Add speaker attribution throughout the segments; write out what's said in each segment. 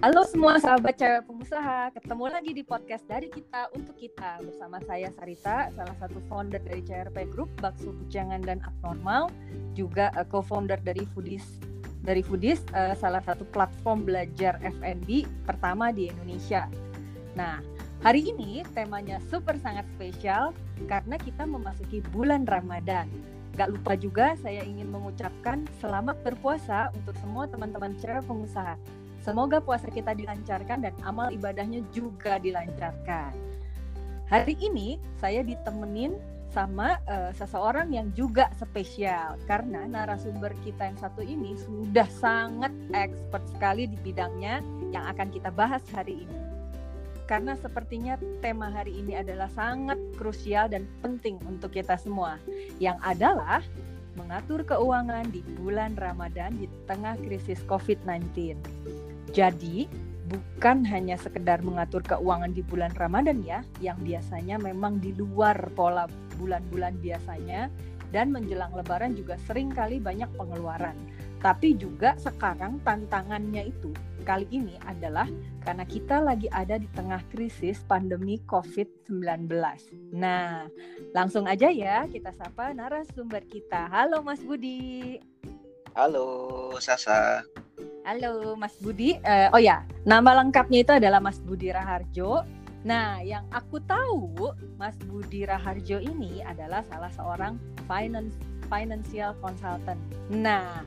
Speaker 1: Halo semua sahabat cewek pengusaha, ketemu lagi di podcast dari kita untuk kita bersama saya Sarita, salah satu founder dari CRP Group, Bakso Bujangan dan Abnormal, juga co-founder dari Foodies, salah satu platform belajar F&B pertama di Indonesia. Nah, hari ini temanya super sangat spesial karena kita memasuki bulan Ramadan. Gak lupa juga saya ingin mengucapkan selamat berpuasa untuk semua teman-teman cewek pengusaha. Semoga puasa kita dilancarkan dan amal ibadahnya juga dilancarkan. Hari ini saya ditemenin sama seseorang yang juga spesial karena narasumber kita yang satu ini sudah sangat expert sekali di bidangnya yang akan kita bahas hari ini. Karena sepertinya tema hari ini adalah sangat krusial dan penting untuk kita semua, yang adalah mengatur keuangan di bulan Ramadan di tengah krisis COVID-19. Jadi, bukan hanya sekedar mengatur keuangan di bulan Ramadan ya, yang biasanya memang di luar pola bulan-bulan biasanya, dan menjelang Lebaran juga sering kali banyak pengeluaran. Tapi juga sekarang tantangannya itu kali ini adalah karena kita lagi ada di tengah krisis pandemi COVID-19. Nah, langsung aja ya kita sapa narasumber kita. Halo Mas Budi.
Speaker 2: Halo Sasa.
Speaker 1: Halo Mas Budi. Nama lengkapnya itu adalah Mas Budi Raharjo. Nah, yang aku tahu Mas Budi Raharjo ini adalah salah seorang financial consultant. Nah,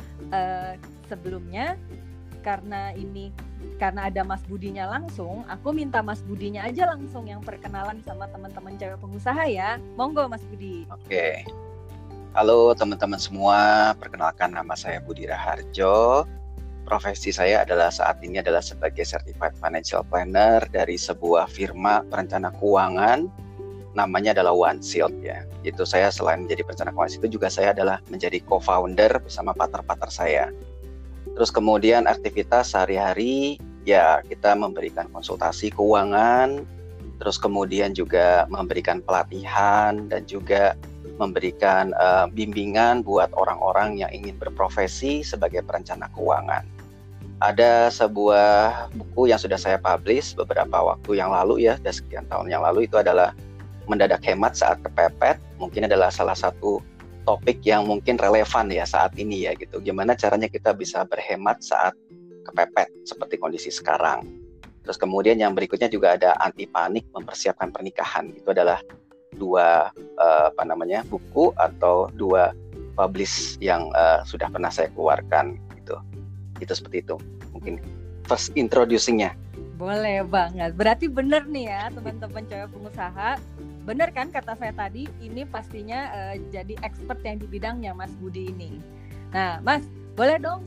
Speaker 1: sebelumnya karena ada Mas Budinya langsung, aku minta Mas Budinya aja langsung yang perkenalan sama teman-teman cewek pengusaha ya. Monggo Mas Budi.
Speaker 2: Oke. Halo teman-teman semua, perkenalkan nama saya Budi Raharjo. Profesi saya saat ini adalah sebagai Certified Financial Planner dari sebuah firma perencana keuangan, namanya adalah OneShield ya. Itu saya selain menjadi perencana keuangan itu juga saya adalah menjadi co-founder bersama partner-partner saya. Terus kemudian aktivitas sehari-hari ya kita memberikan konsultasi keuangan, terus kemudian juga memberikan pelatihan dan juga memberikan bimbingan buat orang-orang yang ingin berprofesi sebagai perencana keuangan. Ada sebuah buku yang sudah saya publish beberapa waktu yang lalu ya, sudah sekian tahun yang lalu, itu adalah Mendadak Hemat Saat Kepepet. Mungkin adalah salah satu topik yang mungkin relevan ya saat ini ya gitu. Gimana caranya kita bisa berhemat saat kepepet seperti kondisi sekarang. Terus kemudian yang berikutnya juga ada Anti Panik Mempersiapkan Pernikahan. Itu adalah dua buku atau dua publish yang sudah pernah saya keluarkan gitu. Itu seperti itu. Mungkin first introducing-nya.
Speaker 1: Boleh banget. Berarti benar nih ya teman-teman cewek pengusaha. Benar kan kata saya tadi, ini pastinya jadi expert yang di bidangnya Mas Budi ini. Nah, Mas, boleh dong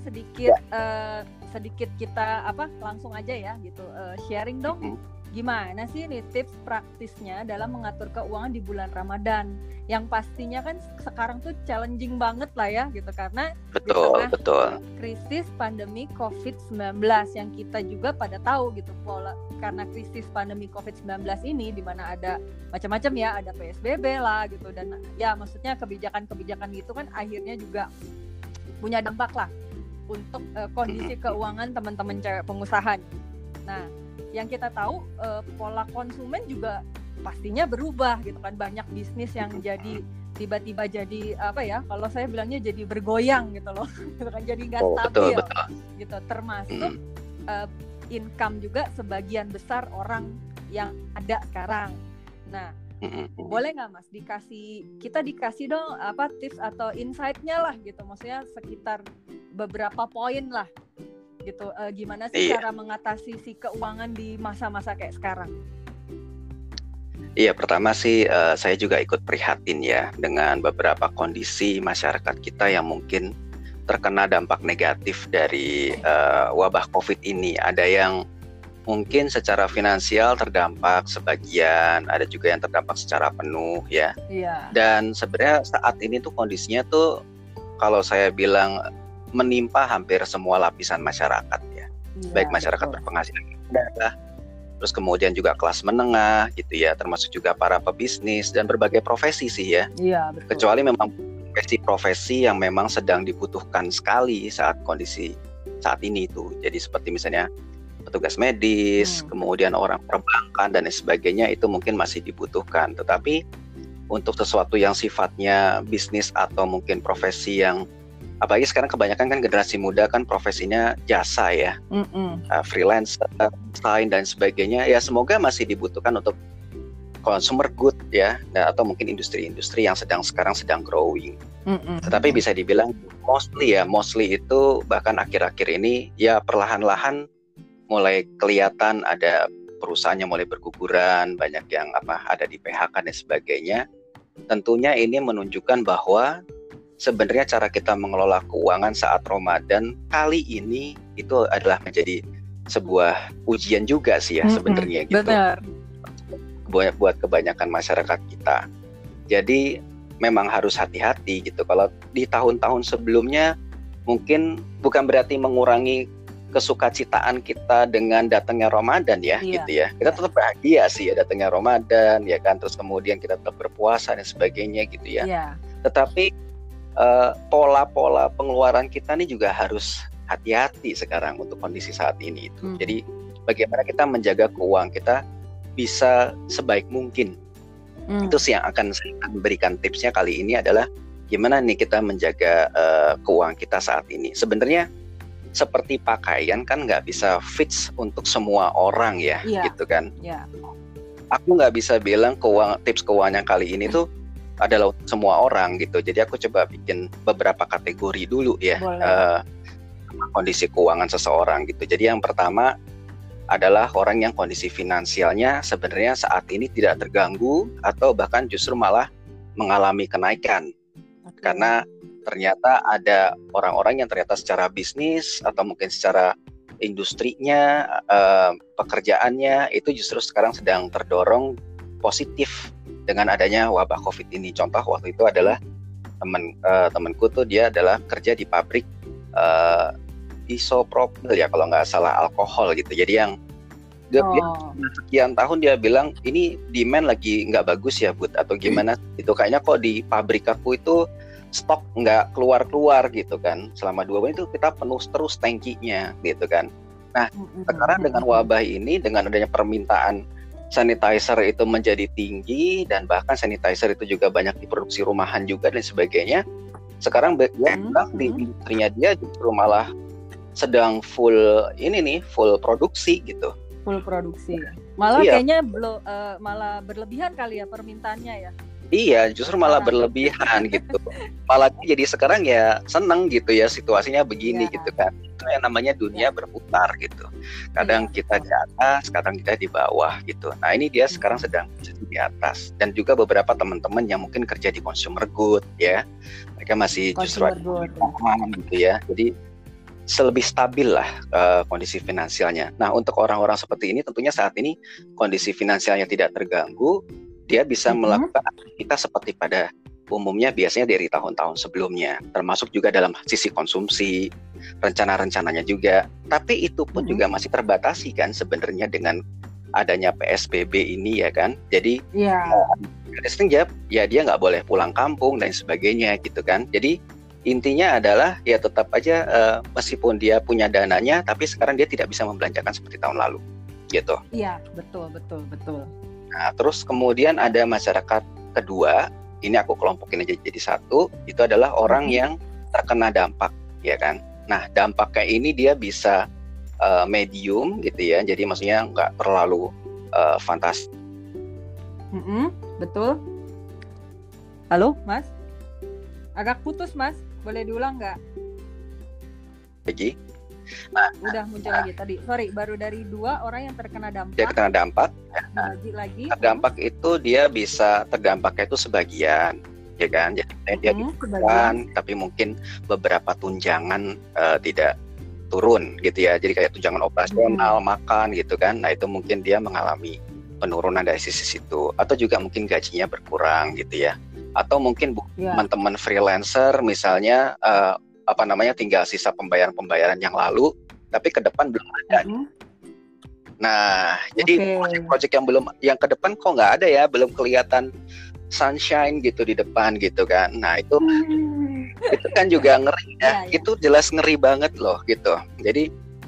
Speaker 1: sedikit kita langsung aja ya gitu, sharing dong. Gimana sih nih tips praktisnya dalam mengatur keuangan di bulan Ramadan? Yang pastinya kan sekarang tuh challenging banget lah ya gitu, karena
Speaker 2: betul
Speaker 1: krisis pandemi COVID-19 yang kita juga pada tahu gitu, karena krisis pandemi COVID-19 ini di mana ada macam-macam ya, ada PSBB lah gitu, dan ya maksudnya kebijakan-kebijakan gitu kan akhirnya juga punya dampak lah untuk kondisi keuangan teman-teman cewek pengusaha. Nah, yang kita tahu pola konsumen juga pastinya berubah gitu kan, banyak bisnis yang jadi tiba-tiba jadi kalau saya bilangnya jadi bergoyang gitu loh, gitu kan, jadi nggak stabil betul. Gitu, termasuk income juga sebagian besar orang yang ada sekarang. Nah, boleh nggak Mas dikasih dong tips atau insight-nya lah gitu, maksudnya sekitar beberapa poin lah gitu, gimana sih cara mengatasi si keuangan di masa-masa kayak sekarang?
Speaker 2: Iya, pertama sih saya juga ikut prihatin ya dengan beberapa kondisi masyarakat kita yang mungkin terkena dampak negatif dari wabah COVID ini. Ada yang mungkin secara finansial terdampak sebagian, ada juga yang terdampak secara penuh ya. Iya. Dan sebenarnya saat ini tuh kondisinya tuh kalau saya bilang menimpa hampir semua lapisan masyarakat ya. Baik masyarakat berpenghasilan rendah, terus kemudian juga kelas menengah gitu ya, termasuk juga para pebisnis dan berbagai profesi sih ya. Iya, betul. Kecuali memang profesi yang memang sedang dibutuhkan sekali saat kondisi saat ini itu. Jadi seperti misalnya petugas medis, kemudian orang perbankan dan lain sebagainya itu mungkin masih dibutuhkan. Tetapi untuk sesuatu yang sifatnya bisnis atau mungkin profesi yang, apalagi sekarang kebanyakan kan generasi muda kan profesinya jasa ya, freelancer, desain dan sebagainya, ya semoga masih dibutuhkan untuk consumer good ya, atau mungkin industri-industri yang sekarang sedang growing. Tetapi bisa dibilang mostly itu bahkan akhir-akhir ini ya perlahan-lahan mulai kelihatan ada perusahaannya mulai berguguran, banyak yang ada di PHK dan sebagainya. Tentunya ini menunjukkan bahwa sebenarnya cara kita mengelola keuangan saat Ramadan kali ini itu adalah menjadi sebuah ujian juga sih ya sebenarnya gitu.
Speaker 1: Benar.
Speaker 2: Buat kebanyakan masyarakat kita. Jadi memang harus hati-hati gitu. Kalau di tahun-tahun sebelumnya mungkin bukan berarti mengurangi kesukacitaan kita dengan datangnya Ramadan ya, gitu ya. Kita tetap bahagia sih ya datangnya Ramadan ya kan, terus kemudian kita tetap berpuasa dan sebagainya gitu ya. Tetapi pola-pola pengeluaran kita nih juga harus hati-hati sekarang untuk kondisi saat ini itu. Jadi bagaimana kita menjaga keuangan kita bisa sebaik mungkin. Itu sih yang akan saya berikan tipsnya kali ini adalah gimana nih kita menjaga keuangan kita saat ini. Sebenarnya seperti pakaian kan nggak bisa fits untuk semua orang ya, gitu kan. Aku nggak bisa bilang tips keuangan yang kali ini tuh adalah untuk semua orang gitu. Jadi aku coba bikin beberapa kategori dulu ya, kondisi keuangan seseorang gitu. Jadi yang pertama adalah orang yang kondisi finansialnya sebenarnya saat ini tidak terganggu atau bahkan justru malah mengalami kenaikan. Karena ternyata ada orang-orang yang ternyata secara bisnis atau mungkin secara industrinya, pekerjaannya itu justru sekarang sedang terdorong positif dengan adanya wabah COVID ini. Contoh waktu itu adalah temanku tuh dia adalah kerja di pabrik isopropil ya kalau nggak salah, alkohol gitu. Jadi yang dia sekian tahun dia bilang ini demand lagi nggak bagus ya Bud atau gimana itu, kayaknya kok di pabrik aku itu stok nggak keluar gitu kan, selama 2 bulan itu kita penuh terus tangkinya gitu kan. Nah sekarang dengan wabah ini, dengan adanya permintaan sanitizer itu menjadi tinggi dan bahkan sanitizer itu juga banyak diproduksi rumahan juga dan sebagainya, sekarang di industrinya dia justru malah sedang full produksi gitu.
Speaker 1: Full produksi. Malah kayaknya malah berlebihan kali ya permintaannya ya.
Speaker 2: Iya, justru malah berlebihan gitu. Malah jadi sekarang ya seneng gitu ya situasinya begini gitu kan. Itu yang namanya dunia berputar gitu. Kadang kita di atas, kadang kita di bawah gitu. Nah ini dia sekarang sedang di atas. Dan juga beberapa teman-teman yang mungkin kerja di consumer good ya, mereka masih justru gitu ya. Jadi lebih stabil lah kondisi finansialnya. Nah untuk orang-orang seperti ini tentunya saat ini kondisi finansialnya tidak terganggu, dia bisa melakukan aktivitas seperti pada umumnya biasanya dari tahun-tahun sebelumnya, termasuk juga dalam sisi konsumsi, rencana-rencananya juga. Tapi itu pun juga masih terbatasi kan sebenarnya dengan adanya PSBB ini ya kan. Jadi ya dia nggak boleh pulang kampung dan sebagainya gitu kan. Jadi intinya adalah ya tetap aja meskipun dia punya dananya, tapi sekarang dia tidak bisa membelanjakan seperti tahun lalu gitu.
Speaker 1: Iya, betul.
Speaker 2: Nah, terus kemudian ada masyarakat kedua, ini aku kelompokin aja jadi satu, itu adalah orang yang terkena dampak, ya kan. Nah, dampaknya ini dia bisa medium gitu ya, jadi maksudnya nggak terlalu fantastis.
Speaker 1: Betul. Halo, Mas? Agak putus, Mas. Boleh diulang nggak?
Speaker 2: Lagi.
Speaker 1: Nah, udah muncul lagi tadi. Sorry, baru dari 2 orang yang terkena dampak.
Speaker 2: Dia terkena dampak.
Speaker 1: Lagi.
Speaker 2: Dampak itu dia bisa terdampaknya itu sebagian, ya kan? Jadi dia dibutuhkan, tapi mungkin beberapa tunjangan tidak turun gitu ya. Jadi kayak tunjangan operasional, makan gitu kan. Nah itu mungkin dia mengalami penurunan dari sisi situ. Atau juga mungkin gajinya berkurang gitu ya. Atau mungkin teman-teman freelancer misalnya tinggal sisa pembayaran yang lalu, tapi ke depan belum ada. Nah, jadi proyek yang ke depan kok nggak ada ya, belum kelihatan sunshine gitu di depan gitu kan. Nah itu kan juga ngeri ya. Itu jelas ngeri banget loh gitu. Jadi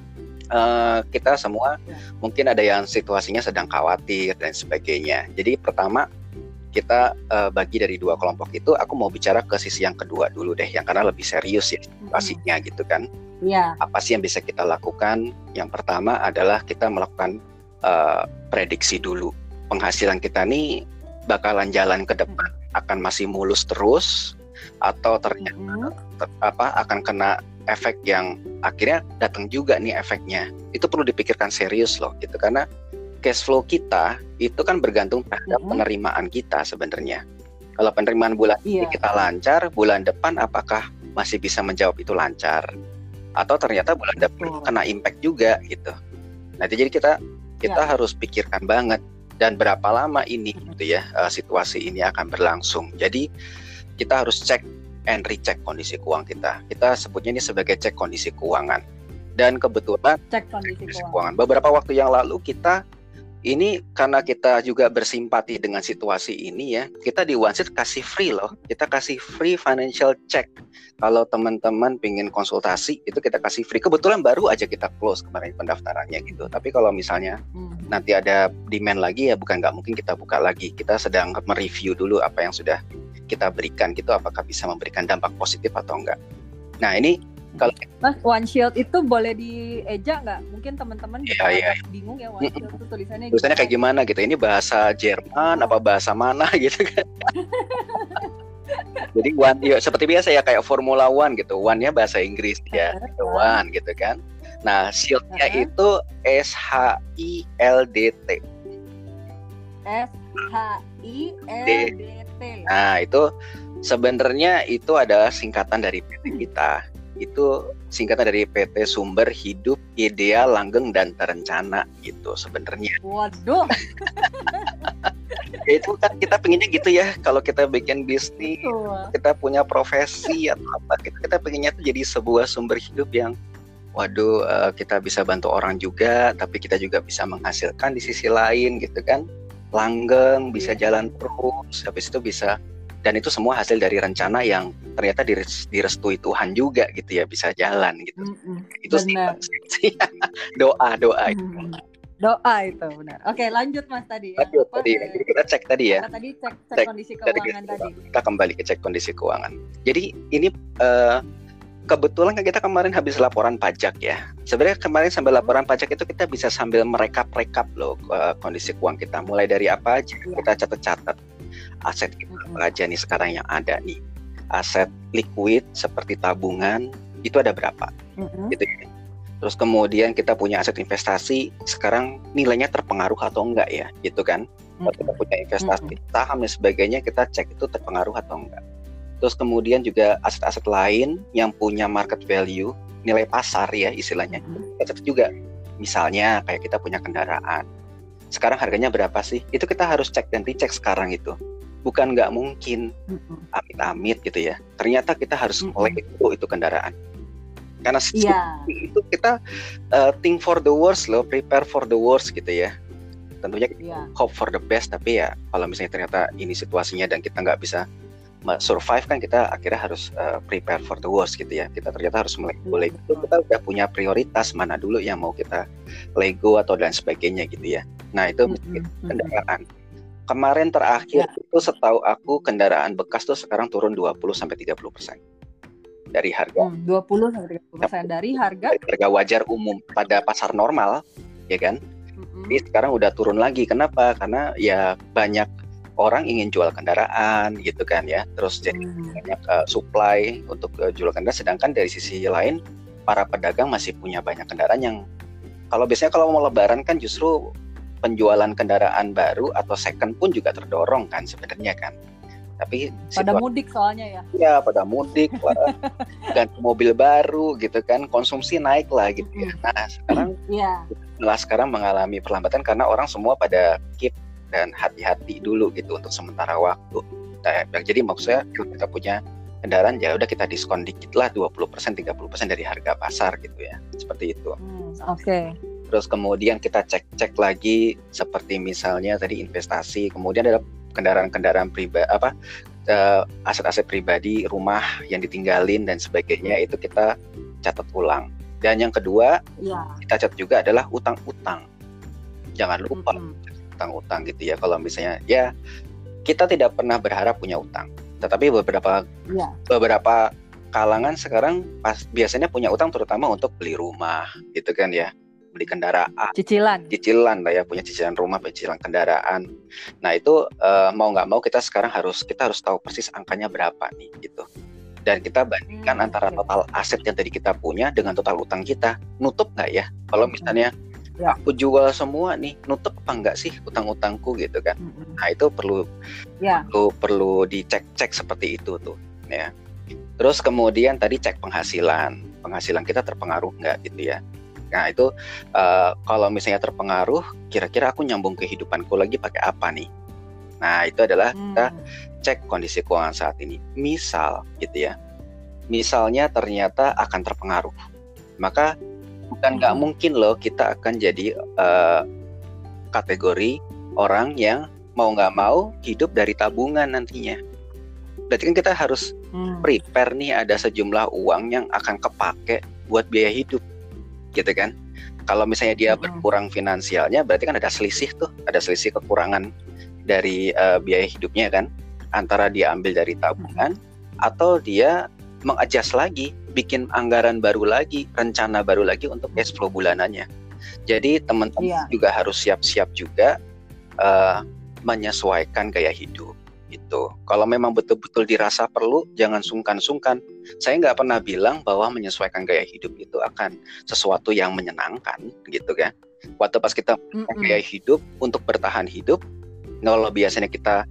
Speaker 2: kita semua mungkin ada yang situasinya sedang khawatir dan sebagainya. Jadi pertama kita bagi dari dua kelompok itu, aku mau bicara ke sisi yang kedua dulu deh, yang karena lebih serius ya situasinya gitu kan. Apa sih yang bisa kita lakukan? Yang pertama adalah kita melakukan prediksi dulu. Penghasilan kita nih bakalan jalan ke depan, akan masih mulus terus, atau ternyata akan kena efek yang akhirnya datang juga nih efeknya. Itu perlu dipikirkan serius loh gitu, karena cash flow kita itu kan bergantung terhadap penerimaan kita sebenarnya. Kalau penerimaan bulan ini kita lancar, bulan depan apakah masih bisa menjawab itu lancar, atau ternyata bulan depan kena impact juga gitu. Nah jadi kita harus pikirkan banget, dan berapa lama ini gitu ya situasi ini akan berlangsung. Jadi kita harus cek and recheck kondisi keuangan kita. Kita sebutnya ini sebagai cek kondisi keuangan. Dan kebetulan
Speaker 1: cek kondisi
Speaker 2: keuangan. Beberapa waktu yang lalu kita ini, karena kita juga bersimpati dengan situasi ini ya, kita di OneSeed kasih free loh. Kita kasih free financial check. Kalau teman-teman pengen konsultasi, itu kita kasih free. Kebetulan baru aja kita close kemarin pendaftarannya gitu. Tapi kalau misalnya nanti ada demand lagi ya bukan nggak mungkin kita buka lagi. Kita sedang mereview dulu apa yang sudah kita berikan gitu, apakah bisa memberikan dampak positif atau enggak. Nah ini kalau
Speaker 1: Mas, OneShield itu boleh dieja nggak? Mungkin teman-teman bingung ya OneShield itu tulisannya
Speaker 2: kayak gimana gitu. Ini bahasa Jerman apa bahasa mana gitu kan. Jadi One ya, seperti biasa ya kayak Formula One gitu. One-nya bahasa Inggris ya, One gitu kan. Nah, Shield-nya itu SHILDT.
Speaker 1: SHILDT.
Speaker 2: Nah, itu sebenarnya itu adalah singkatan dari PT kita. Itu singkatan dari PT Sumber Hidup Ideal Langgeng dan Terencana gitu sebenarnya.
Speaker 1: Waduh.
Speaker 2: Ya itu kan kita pengennya gitu ya, kalau kita bikin bisnis, kita punya profesi atau apa, kita pengennya tuh jadi sebuah sumber hidup yang kita bisa bantu orang juga, tapi kita juga bisa menghasilkan di sisi lain gitu kan, langgeng, bisa jalan terus, habis itu bisa. Dan itu semua hasil dari rencana yang ternyata direstui Tuhan juga gitu ya, bisa jalan gitu. Itu sih doa itu.
Speaker 1: Doa itu benar. Oke, lanjut Mas tadi.
Speaker 2: Lanjut tadi. Jadi kita cek tadi ya.
Speaker 1: Tadi cek kondisi keuangan tadi.
Speaker 2: Kita kembali ke cek kondisi keuangan. Jadi ini kebetulan kan kita kemarin habis laporan pajak ya. Sebenarnya kemarin sambil laporan pajak itu kita bisa sambil merekap loh kondisi keuangan kita. Mulai dari apa aja kita catat aset kita apa aja nih sekarang yang ada nih. Aset liquid seperti tabungan itu ada berapa? Gitu ya. Terus kemudian kita punya aset investasi, sekarang nilainya terpengaruh atau enggak ya, gitu kan. Kalau kita punya investasi saham dan sebagainya, kita cek itu terpengaruh atau enggak. Terus kemudian juga aset-aset lain yang punya market value, nilai pasar ya istilahnya, kita cek juga. Misalnya kayak kita punya kendaraan, sekarang harganya berapa sih? Itu kita harus cek dan dicek sekarang itu. Bukan nggak mungkin, amit-amit gitu ya. Ternyata kita harus melek itu kendaraan. Karena itu kita think for the worst loh, prepare for the worst gitu ya. Tentunya hope for the best, tapi ya kalau misalnya ternyata ini situasinya dan kita nggak bisa survive kan, kita akhirnya harus prepare for the worst gitu ya. Kita ternyata harus mulai itu, kita udah punya prioritas mana dulu yang mau kita lego atau dan sebagainya gitu ya. Nah itu kendaraan. Kemarin terakhir itu setahu aku kendaraan bekas tuh sekarang turun 20-30%. Dari harga
Speaker 1: 20-30% dari harga
Speaker 2: wajar umum pada pasar normal ya kan. Jadi sekarang udah turun lagi. Kenapa? Karena ya banyak orang ingin jual kendaraan gitu kan ya, terus jadi banyak supply untuk jual kendaraan, sedangkan dari sisi lain para pedagang masih punya banyak kendaraan yang biasanya kalau mau lebaran kan justru penjualan kendaraan baru atau second pun juga terdorong kan sebenarnya kan. Tapi
Speaker 1: pada mudik soalnya ya.
Speaker 2: Iya, pada mudik lah. Ganti mobil baru gitu kan, konsumsi naik lah gitu ya. Nah, sekarang mengalami perlambatan karena orang semua pada keep dan hati-hati dulu gitu untuk sementara waktu. Nah, jadi maksudnya kita punya kendaraan ya udah kita diskon dikit lah 20%-30% dari harga pasar gitu ya. Seperti itu.
Speaker 1: Oke.
Speaker 2: Terus kemudian kita cek lagi seperti misalnya tadi investasi, kemudian ada kendaraan pribadi, aset-aset pribadi, rumah yang ditinggalin dan sebagainya, itu kita catat ulang. Dan yang kedua,
Speaker 1: Ya.
Speaker 2: kita catat juga adalah utang-utang. Jangan lupa utang-utang gitu ya. Kalau misalnya ya kita tidak pernah berharap punya utang, tetapi beberapa kalangan sekarang biasanya punya utang terutama untuk beli rumah gitu kan ya, beli kendaraan, cicilan lah ya, punya cicilan rumah, cicilan kendaraan. Nah itu mau nggak mau kita harus tahu persis angkanya berapa nih gitu. Dan kita bandingkan antara total aset yang tadi kita punya dengan total utang kita, nutup nggak ya? Kalau misalnya aku jual semua nih, nutup apa enggak sih utang-utangku gitu kan? Nah itu perlu dicek seperti itu tuh ya. Terus kemudian tadi cek penghasilan kita terpengaruh nggak gitu ya? Nah itu kalau misalnya terpengaruh, kira-kira aku nyambung kehidupanku lagi pakai apa nih? Nah itu adalah kita cek kondisi keuangan saat ini. Misal gitu ya, misalnya ternyata akan terpengaruh, maka bukan nggak mungkin loh kita akan jadi kategori orang yang mau nggak mau hidup dari tabungan nantinya. Berarti kan kita harus prepare nih, ada sejumlah uang yang akan kepake buat biaya hidup gitu kan. Kalau misalnya dia berkurang finansialnya, berarti kan ada selisih kekurangan dari biaya hidupnya kan, antara dia ambil dari tabungan atau dia mengadjust lagi, bikin anggaran baru lagi, rencana baru lagi untuk cash flow bulanannya. Jadi teman-teman juga harus siap-siap juga menyesuaikan gaya hidup gitu. Kalau memang betul-betul dirasa perlu, jangan sungkan-sungkan. Saya nggak pernah bilang bahwa menyesuaikan gaya hidup itu akan sesuatu yang menyenangkan gitu kan. Waktu pas kita gaya hidup untuk bertahan hidup, kalau biasanya kita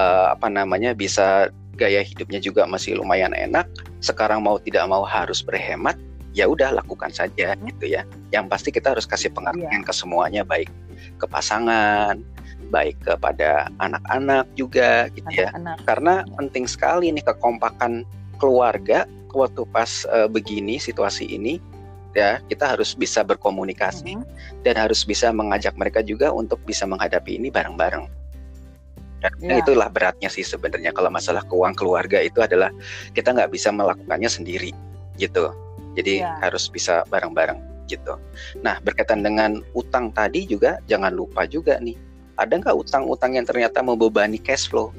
Speaker 2: bisa gaya hidupnya juga masih lumayan enak, sekarang mau tidak mau harus berhemat, ya udah lakukan saja gitu ya. Yang pasti kita harus kasih pengertian ke semuanya, baik ke pasangan, baik kepada anak-anak juga gitu ya. Karena penting sekali nih kekompakan keluarga waktu pas begini situasi ini ya, kita harus bisa berkomunikasi dan harus bisa mengajak mereka juga untuk bisa menghadapi ini bareng-bareng. Dan itulah beratnya sih sebenarnya kalau masalah keuangan keluarga, itu adalah kita nggak bisa melakukannya sendiri gitu. Jadi harus bisa bareng-bareng gitu. Nah berkaitan dengan utang tadi juga jangan lupa juga nih, ada nggak utang-utang yang ternyata membebani cash flow?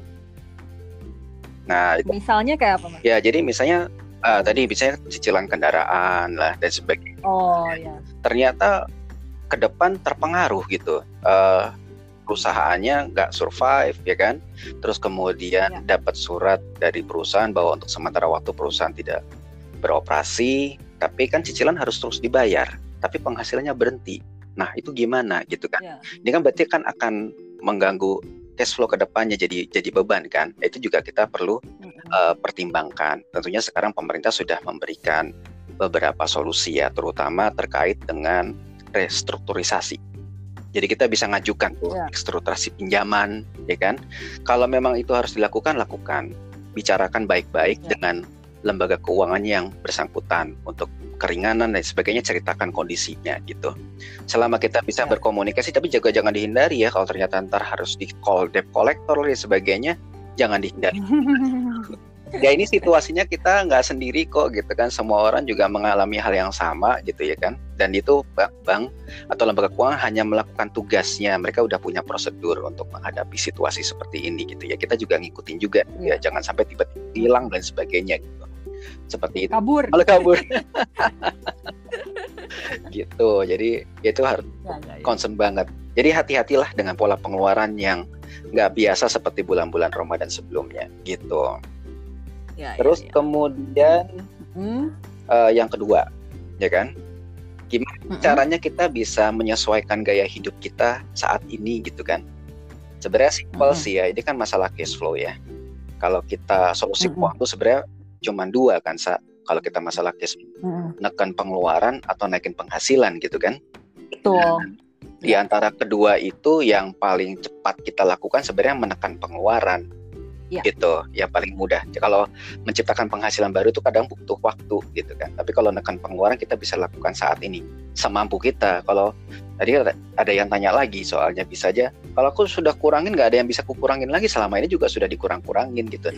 Speaker 2: Nah
Speaker 1: misalnya kayak apa Mas?
Speaker 2: Ya jadi misalnya tadi misalnya cicilan kendaraan lah dan sebagainya. Ternyata ke depan terpengaruh gitu. Perusahaannya nggak survive ya kan, terus kemudian dapat surat dari perusahaan bahwa untuk sementara waktu perusahaan tidak beroperasi, tapi kan cicilan harus terus dibayar, tapi penghasilannya berhenti. Nah itu gimana gitu kan? Ini kan berarti kan akan mengganggu cash flow ke depannya, jadi beban kan. Itu juga kita perlu pertimbangkan. Tentunya sekarang pemerintah sudah memberikan beberapa solusi ya, terutama terkait dengan restrukturisasi. Jadi kita bisa ngajukan tuh restrukturisasi pinjaman, ya kan? Kalau memang itu harus dilakukan, lakukan. Bicarakan baik-baik dengan lembaga keuangan yang bersangkutan untuk keringanan dan sebagainya, ceritakan kondisinya gitu. Selama kita bisa berkomunikasi, tapi juga jangan dihindari ya. Kalau ternyata ntar harus di call debt collector dan sebagainya, jangan dihindari. Ya ini situasinya kita nggak sendiri kok gitu kan, semua orang juga mengalami hal yang sama gitu ya kan. Dan itu bank atau lembaga keuangan hanya melakukan tugasnya, mereka udah punya prosedur untuk menghadapi situasi seperti ini gitu ya. Kita juga ngikutin juga ya, jangan sampai tiba-tiba hilang dan sebagainya gitu. Seperti itu. Kabur. Gitu. Jadi itu harus concern banget. Jadi hati-hatilah dengan pola pengeluaran yang nggak biasa seperti bulan-bulan Ramadan sebelumnya gitu. Terus kemudian yang kedua, ya kan, gimana caranya kita bisa menyesuaikan gaya hidup kita saat ini gitu kan? Sebenarnya simpel sih ya, ini kan masalah cash flow ya. Kalau kita solusi keuangan itu sebenarnya cuma dua kan, kalau kita masalah cash flow, menekan pengeluaran atau naikin penghasilan gitu kan?
Speaker 1: Betul.
Speaker 2: Di antara kedua itu yang paling cepat kita lakukan sebenarnya menekan pengeluaran. Gitu, ya paling mudah. Kalau menciptakan penghasilan baru itu kadang butuh waktu gitu kan. Tapi kalau menekan pengeluaran kita bisa lakukan saat ini semampu kita. Kalau tadi ada yang tanya lagi, soalnya bisa aja kalau aku sudah kurangin nggak ada yang bisa kukurangin lagi, selama ini juga sudah dikurang-kurangin gitu.